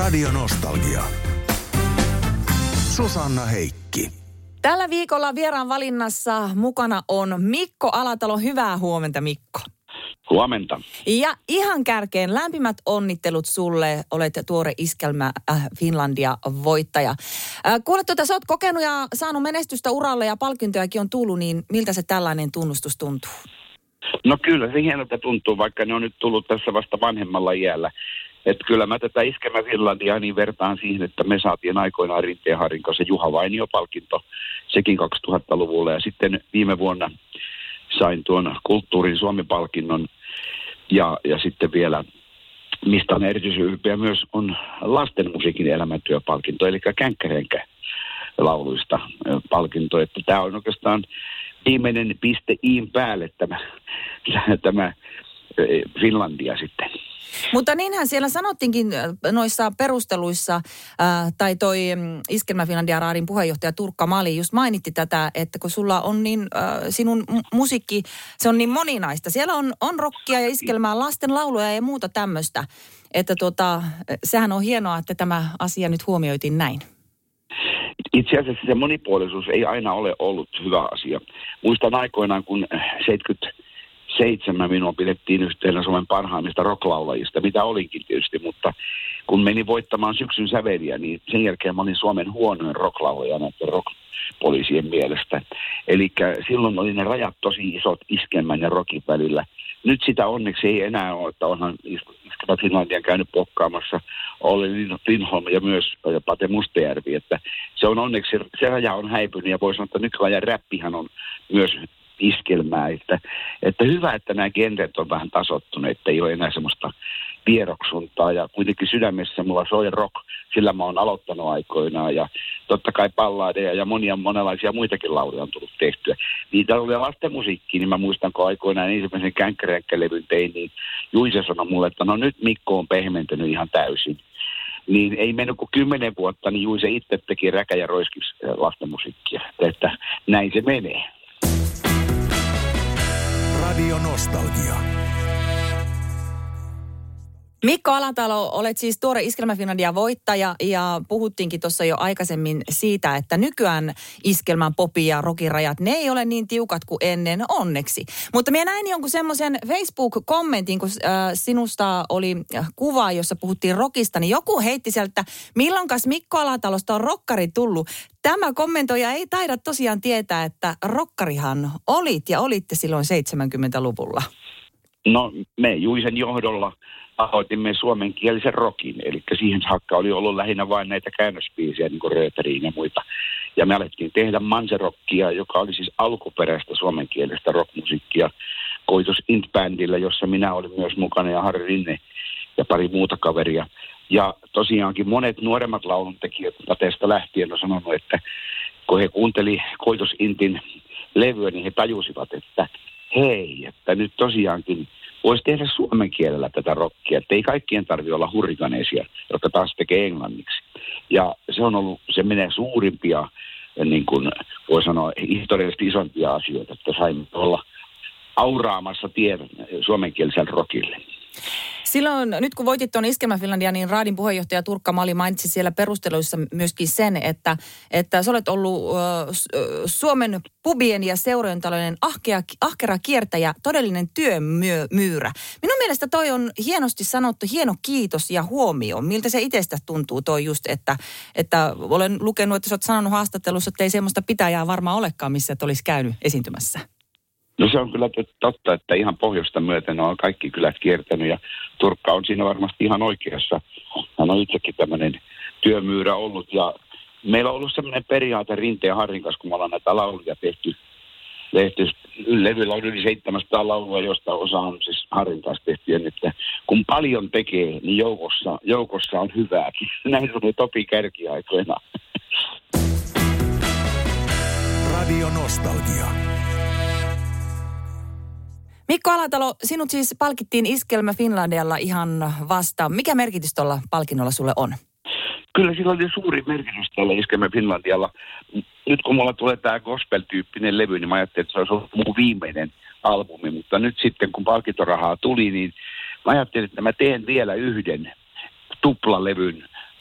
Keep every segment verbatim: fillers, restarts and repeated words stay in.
Radio Nostalgia. Susanna Heikki. Tällä viikolla vieraan valinnassa mukana on Mikko Alatalo. Hyvää huomenta, Mikko. Huomenta. Ja ihan kärkeen lämpimät onnittelut sulle. Olet tuore Iskelmä äh, Finlandia voittaja. Äh, kuule, tuota, sä oot kokenut ja saanut menestystä uralle ja palkintojakin on tullut, niin miltä se tällainen tunnustus tuntuu? No kyllä se hienolta tuntuu, vaikka ne on nyt tullut tässä vasta vanhemmalla iällä. Että kyllä mä tätä Iskelmä Finlandia niin vertaan siihen, että me saatiin aikoinaan Rinteen Harrin kanssa Juha Vainio-palkinto, sekin kaksituhattaluvulla. Ja sitten viime vuonna sain tuon Kulttuurin Suomi-palkinnon ja, ja sitten vielä, mistä on erityisen ylpeä myös, on lasten musiikin elämäntyöpalkinto, eli Känkkärenkä lauluista palkinto. Että tämä on oikeastaan viimeinen piste iin päälle tämä, tämä Finlandia sitten. Mutta niinhän siellä sanottiinkin noissa perusteluissa, äh, tai toi Iskelmä Finlandia Raadin puheenjohtaja Turkka Mali just mainitti tätä, että kun sulla on niin, äh, sinun musiikki, se on niin moninaista. Siellä on, on rockia ja iskelmää, lasten lauluja ja muuta tämmöistä. Että tuota, sehän on hienoa, että tämä asia nyt huomioitiin näin. Itse asiassa se monipuolisuus ei aina ole ollut hyvä asia. Muistan aikoinaan, kun seitsemänkymmentäseitsemän minua pidettiin yhtenä Suomen parhaimmista rocklaulajista, mitä olinkin tietysti, mutta kun menin voittamaan syksyn säveliä, niin sen jälkeen mä olin Suomen huonoin rocklaulaja näiden rockpoliisien mielestä. Eli silloin oli ne rajat tosi isot iskelmän ja rockin välillä. Nyt sitä onneksi ei enää ole, että onhan Iskelmä Finlandia käynyt pokkaamassa Olli Lindholm ja myös Pate Mustajärvi, että se on onneksi, se raja on häipynyt ja voi sanoa, että nykyajan räppihän on myös iskelmää, että, että hyvä, että nämä genret on vähän tasottuneet, että ei ole enää semmoista vieroksuntaa ja kuitenkin sydämessä mulla soi rock, sillä mä oon aloittanut aikoinaan ja totta kai balladeja ja monia monenlaisia muitakin lauluja on tullut tehtyä. Niitä oli lasten musiikkia, niin mä muistan, kun aikoinaan ensimmäisen Känkkärenkkälevyn tein, niin Juise sanoi mulle, että no nyt Mikko on pehmentynyt ihan täysin. Niin ei mennyt kuin kymmenen vuotta, niin Juise itse teki räkä ja roiskiksi lasten musiikkia, että näin se menee. Radio Nostalgia. Mikko Alatalo, olet siis tuore Iskelmä Finlandia voittaja ja puhuttiinkin tuossa jo aikaisemmin siitä, että nykyään iskelmän popi ja rockin rajat, ne ei ole niin tiukat kuin ennen, onneksi. Mutta minä näin jonkun semmoisen Facebook-kommentin, kun äh, sinusta oli kuva, jossa puhuttiin rockista, niin joku heitti sieltä, milloinkas Mikko Alatalosta on rokkari tullut. Tämä kommentoija ei taida tosiaan tietää, että rokkarihan olit ja olitte silloin seitsemänkymmentäluvulla. No me Juisen johdolla aloitimme suomenkielisen rockin, eli siihen saakka oli ollut lähinnä vain näitä käännöspiisiä, niin kuin Rööteriin ja muita. Ja me alettiin tehdä manserockia, joka oli siis alkuperäistä suomenkielistä rockmusiikkia Koitos Int-bändillä, jossa minä olin myös mukana ja Harri Rinne ja pari muuta kaveria. Ja tosiaankin monet nuoremmat lauluntekijät Pateesta lähtien on sanonut, että kun he kuunteli Koitos Intin levyä, niin he tajusivat, että hei, että nyt tosiaankin voisi tehdä suomen kielellä tätä rockia, että ei kaikkien tarvitse olla hurrikaneisia, jotka taas tekee englanniksi. Ja se on ollut, se menee suurimpia, niin kuin voi sanoa, historiallisesti isompia asioita, että saimme olla auraamassa tien suomenkieliselle rockille. Silloin, nyt kun voitit tuon Iskelmä Finlandia, niin Raadin puheenjohtaja Turkka Mali mainitsi siellä perusteluissa myöskin sen, että, että sä olet ollut äh, Suomen pubien ja seurojen talouden ahkea, ahkera kiertäjä, todellinen työmyyrä. Minun mielestä toi on hienosti sanottu, hieno kiitos ja huomio. Miltä se itsestä tuntuu toi just, että, että olen lukenut, että sä oot sanonut haastattelussa, että ei semmoista pitäjää varmaan olekaan, missä et olisi käynyt esiintymässä. No se on kyllä totta, että ihan pohjoista myöten on kaikki kylät kiertänyt ja Turkka on siinä varmasti ihan oikeassa. Hän on itsekin tämmöinen työmyyrä ollut ja meillä on ollut semmoinen periaate Rinteen ja Harrin kanssa, kun me ollaan näitä lauluja tehty. tehty levyllä on yli seitsemänsataa laulua, josta osa on siis Harrin kanssa tehty. Että kun paljon tekee, niin joukossa, joukossa on hyvääkin. Näin se oli Topi Kärki-aikoina. Radio Nostalgia. Mikko Alatalo, sinut siis palkittiin Iskelmä Finlandialla ihan vasta. Mikä merkitys tuolla palkinnolla sulle on? Kyllä sillä oli suuri merkitys tällä Iskelmä Finlandialla. Nyt kun mulla tulee tämä gospel-tyyppinen levy, niin mä ajattelin, että se olisi ollut mun viimeinen albumi. Mutta nyt sitten, kun palkintorahaa tuli, niin mä ajattelin, että mä teen vielä yhden tuplalevyn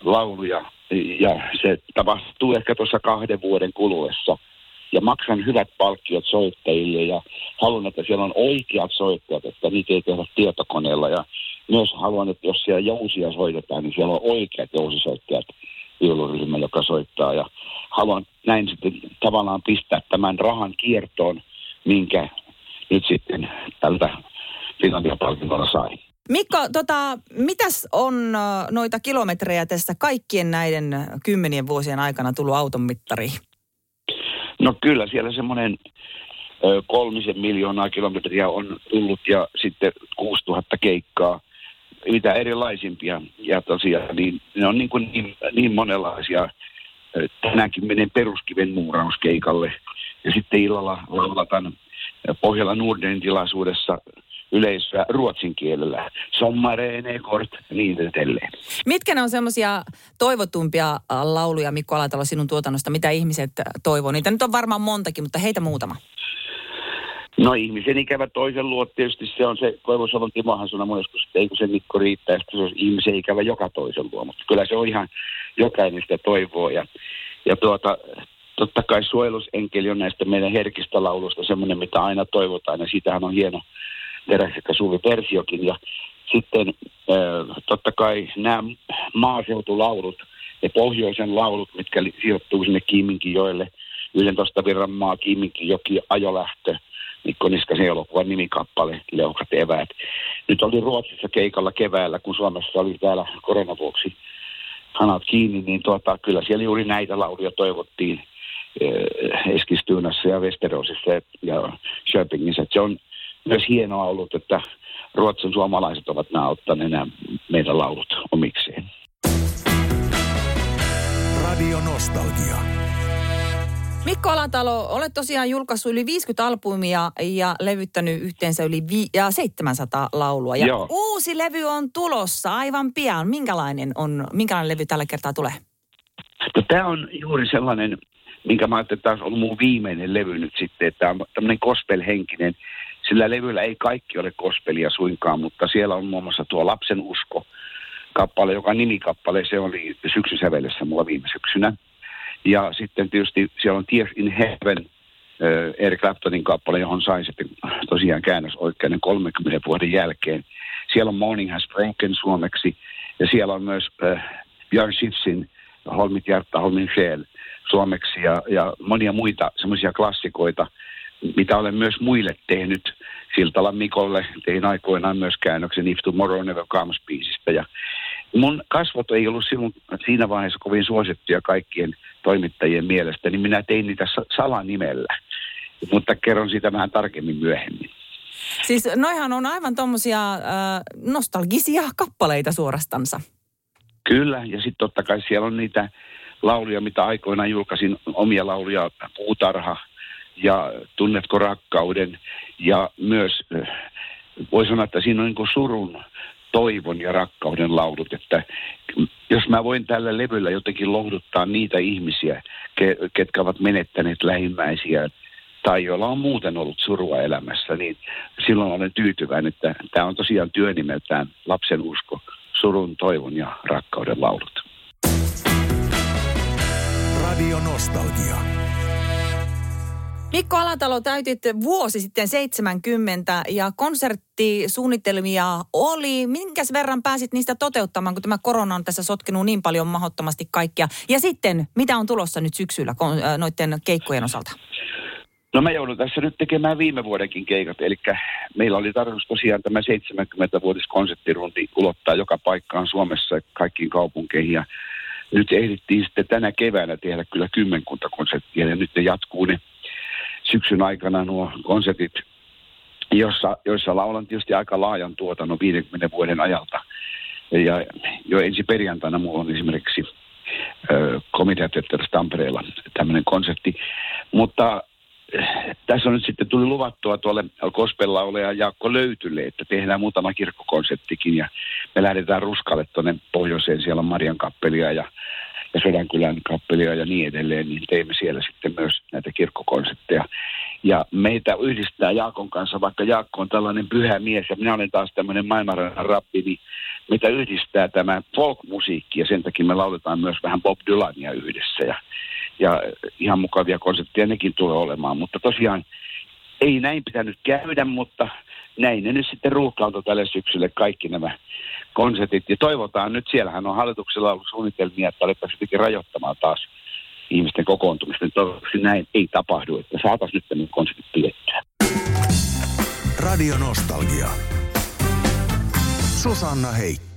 lauluja ja se tapahtuu ehkä tuossa kahden vuoden kuluessa. Ja maksan hyvät palkkiot soittajille ja haluan, että siellä on oikeat soittajat, että niitä ei tehdä tietokoneella. Ja myös haluan, että jos siellä jousia soitetaan, niin siellä on oikeat jousisoittajat viuluryhmä, joka soittaa. Ja haluan näin sitten tavallaan pistää tämän rahan kiertoon, minkä nyt sitten tältä Finlandia-palkinnolla sai. Mikko, tota, mitäs on noita kilometrejä tässä kaikkien näiden kymmenien vuosien aikana tullut auton mittariin? No kyllä, siellä semmoinen ö, kolmisen miljoonaa kilometriä on tullut ja sitten kuusituhatta keikkaa, mitä erilaisimpia. Ja tosiaan niin, ne on niin, kuin niin, niin monenlaisia. Tänäänkin menen Peruskiven muurauskeikalle ja sitten illalla laulatan Pohjola Nordin tilaisuudessa yleisöä ruotsin kielellä. Sommarene kort, niin edelleen. Mitkä ne on semmoisia toivotumpia lauluja, Mikko Alatalo, sinun tuotannosta, mitä ihmiset toivoo? Niitä nyt on varmaan montakin, mutta heitä muutama. No ihmisen ikävä toisen luot, tietysti se on se, Koivusalon Timohan sanoi mun joskus, että eikö se Mikko riittää, että se olisi ihmisen ikävä joka toisen luo, mutta kyllä se on ihan jokainen sitä toivoo. Ja, ja tuota, totta kai Suojelusenkeli on näistä meidän herkistä lauluista semmoinen, mitä aina toivotaan, ja siitähän on hieno teräksekkä suuri versiokin. Ja sitten äh, totta kai nämä maaseutulaulut ja pohjoisen laulut, mitkä sijoittuu sinne Kiiminkijoelle, yhdentoista virran maa, Kiiminkijoki, ajolähtö, Mikko Niskasen elokuvan nimikappale, Leukat eväät. Nyt oli Ruotsissa keikalla keväällä, kun Suomessa oli täällä koronavuoksi hanat kiinni, niin tuota, kyllä siellä juuri näitä lauluja toivottiin äh, Eskilstunassa ja Västeråsissa ja Köpingissä. Se on myös hienoa ollut, että Ruotsin suomalaiset ovat nämä ottaneet nämä meidän laulut omikseen. Radio Nostalgia. Mikko Alatalo, olet tosiaan julkaissut yli viisikymmentä albumia ja levyttänyt yhteensä yli vi- ja seitsemänsataa laulua. Ja Joo. Uusi levy on tulossa aivan pian. Minkälainen, on, minkälainen levy tällä kertaa tulee? No, tämä on juuri sellainen, minkä mä ajattelin, että tämä on ollut mun viimeinen levy nyt sitten, että tämä on tämmöinen gospel-henkinen. Sillä levyllä ei kaikki ole gospelia suinkaan, mutta siellä on muun muassa tuo Lapsen usko kappale, joka nimikappale, se oli syksysävelessä mulla viime syksynä. Ja sitten tietysti siellä on Tears in Heaven, äh, Eric Claptonin kappale, johon sain sitten tosiaan käännösoikeuden kolmenkymmenen vuoden jälkeen. Siellä on Morning Has Broken suomeksi ja siellä on myös äh, Björn Skifsin Holmit hjärta, Holmin själ suomeksi ja, ja monia muita semmoisia klassikoita, mitä olen myös muille tehnyt. Siltalan Mikolle tein aikoinaan myös käännöksen If Tomorrow Never Comes-biisistä. Ja mun kasvot ei ollut silloin, siinä vaiheessa kovin suosittuja kaikkien toimittajien mielestä, niin minä tein niitä salanimellä. Mutta kerron siitä vähän tarkemmin myöhemmin. Siis noihan on aivan tommosia äh, nostalgisia kappaleita suorastansa. Kyllä, ja sitten totta kai siellä on niitä lauluja, mitä aikoinaan julkaisin, omia lauluja, Puutarha ja Tunnetko rakkauden. Ja myös voi sanoa, että siinä on niin kuin surun, toivon ja rakkauden laulut. Että jos mä voin tällä levyllä jotenkin lohduttaa niitä ihmisiä, ketkä ovat menettäneet lähimmäisiä tai joilla on muuten ollut surua elämässä, niin silloin olen tyytyväinen, että tämä on tosiaan työnimeltään Lapsen usko, surun, toivon ja rakkauden laulut. Radio Nostalgia. Mikko Alatalo, täytit vuosi sitten seitsemänkymmentä ja konserttisuunnitelmia oli. Minkäs verran pääsit niistä toteuttamaan, kun tämä korona on tässä sotkenut niin paljon mahdottomasti kaikkia? Ja sitten, mitä on tulossa nyt syksyllä noiden keikkojen osalta? No mä joudun tässä nyt tekemään viime vuodenkin keikat, eli meillä oli tarkoitus tosiaan tämä seitsemänkymmentävuotiskonserttirundi ulottaa joka paikkaan Suomessa kaikkiin kaupunkeihin ja nyt ehdittiin sitten tänä keväänä tehdä kyllä kymmenkunta konserttia ja nyt ne jatkuu ne syksyn aikana nuo konsertit, jossa, joissa laulan tietysti aika laajan tuotannon viidenkymmenen vuoden ajalta. Ja jo ensi perjantaina mulla on esimerkiksi Komiteateatterissa Tampereella tämmöinen konsertti. Mutta tässä on nyt sitten tuli luvattua tuolle gospel-laulaja Jaakko Löytylle, että tehdään muutama kirkkokonserttikin ja me lähdetään Ruskalle tuonne pohjoiseen, siellä on Marian kappelia ja ja Sodankylän kappelia ja niin edelleen, niin teimme siellä sitten myös näitä kirkkokonsertteja. Ja meitä yhdistää Jaakon kanssa, vaikka Jaakko on tällainen pyhä mies ja minä olen taas tämmöinen maailmanrannan rabbi, niin meitä yhdistää tämä folk-musiikki ja sen takia me lauletaan myös vähän Bob Dylania yhdessä. Ja, ja ihan mukavia konsertteja nekin tulee olemaan, mutta tosiaan ei näin pitänyt käydä, mutta näin ne nyt sitten ruuhkautui tälle syksylle kaikki nämä konsertit. Ja toivotaan nyt, siellähän on hallituksella ollut suunnitelmia, että alettaisiin jotenkin rajoittamaan taas ihmisten kokoontumista. Toivottavasti näin ei tapahdu, että saataisiin nyt tämän konsertit pidettyä. Radio Nostalgia. Susanna Heikki.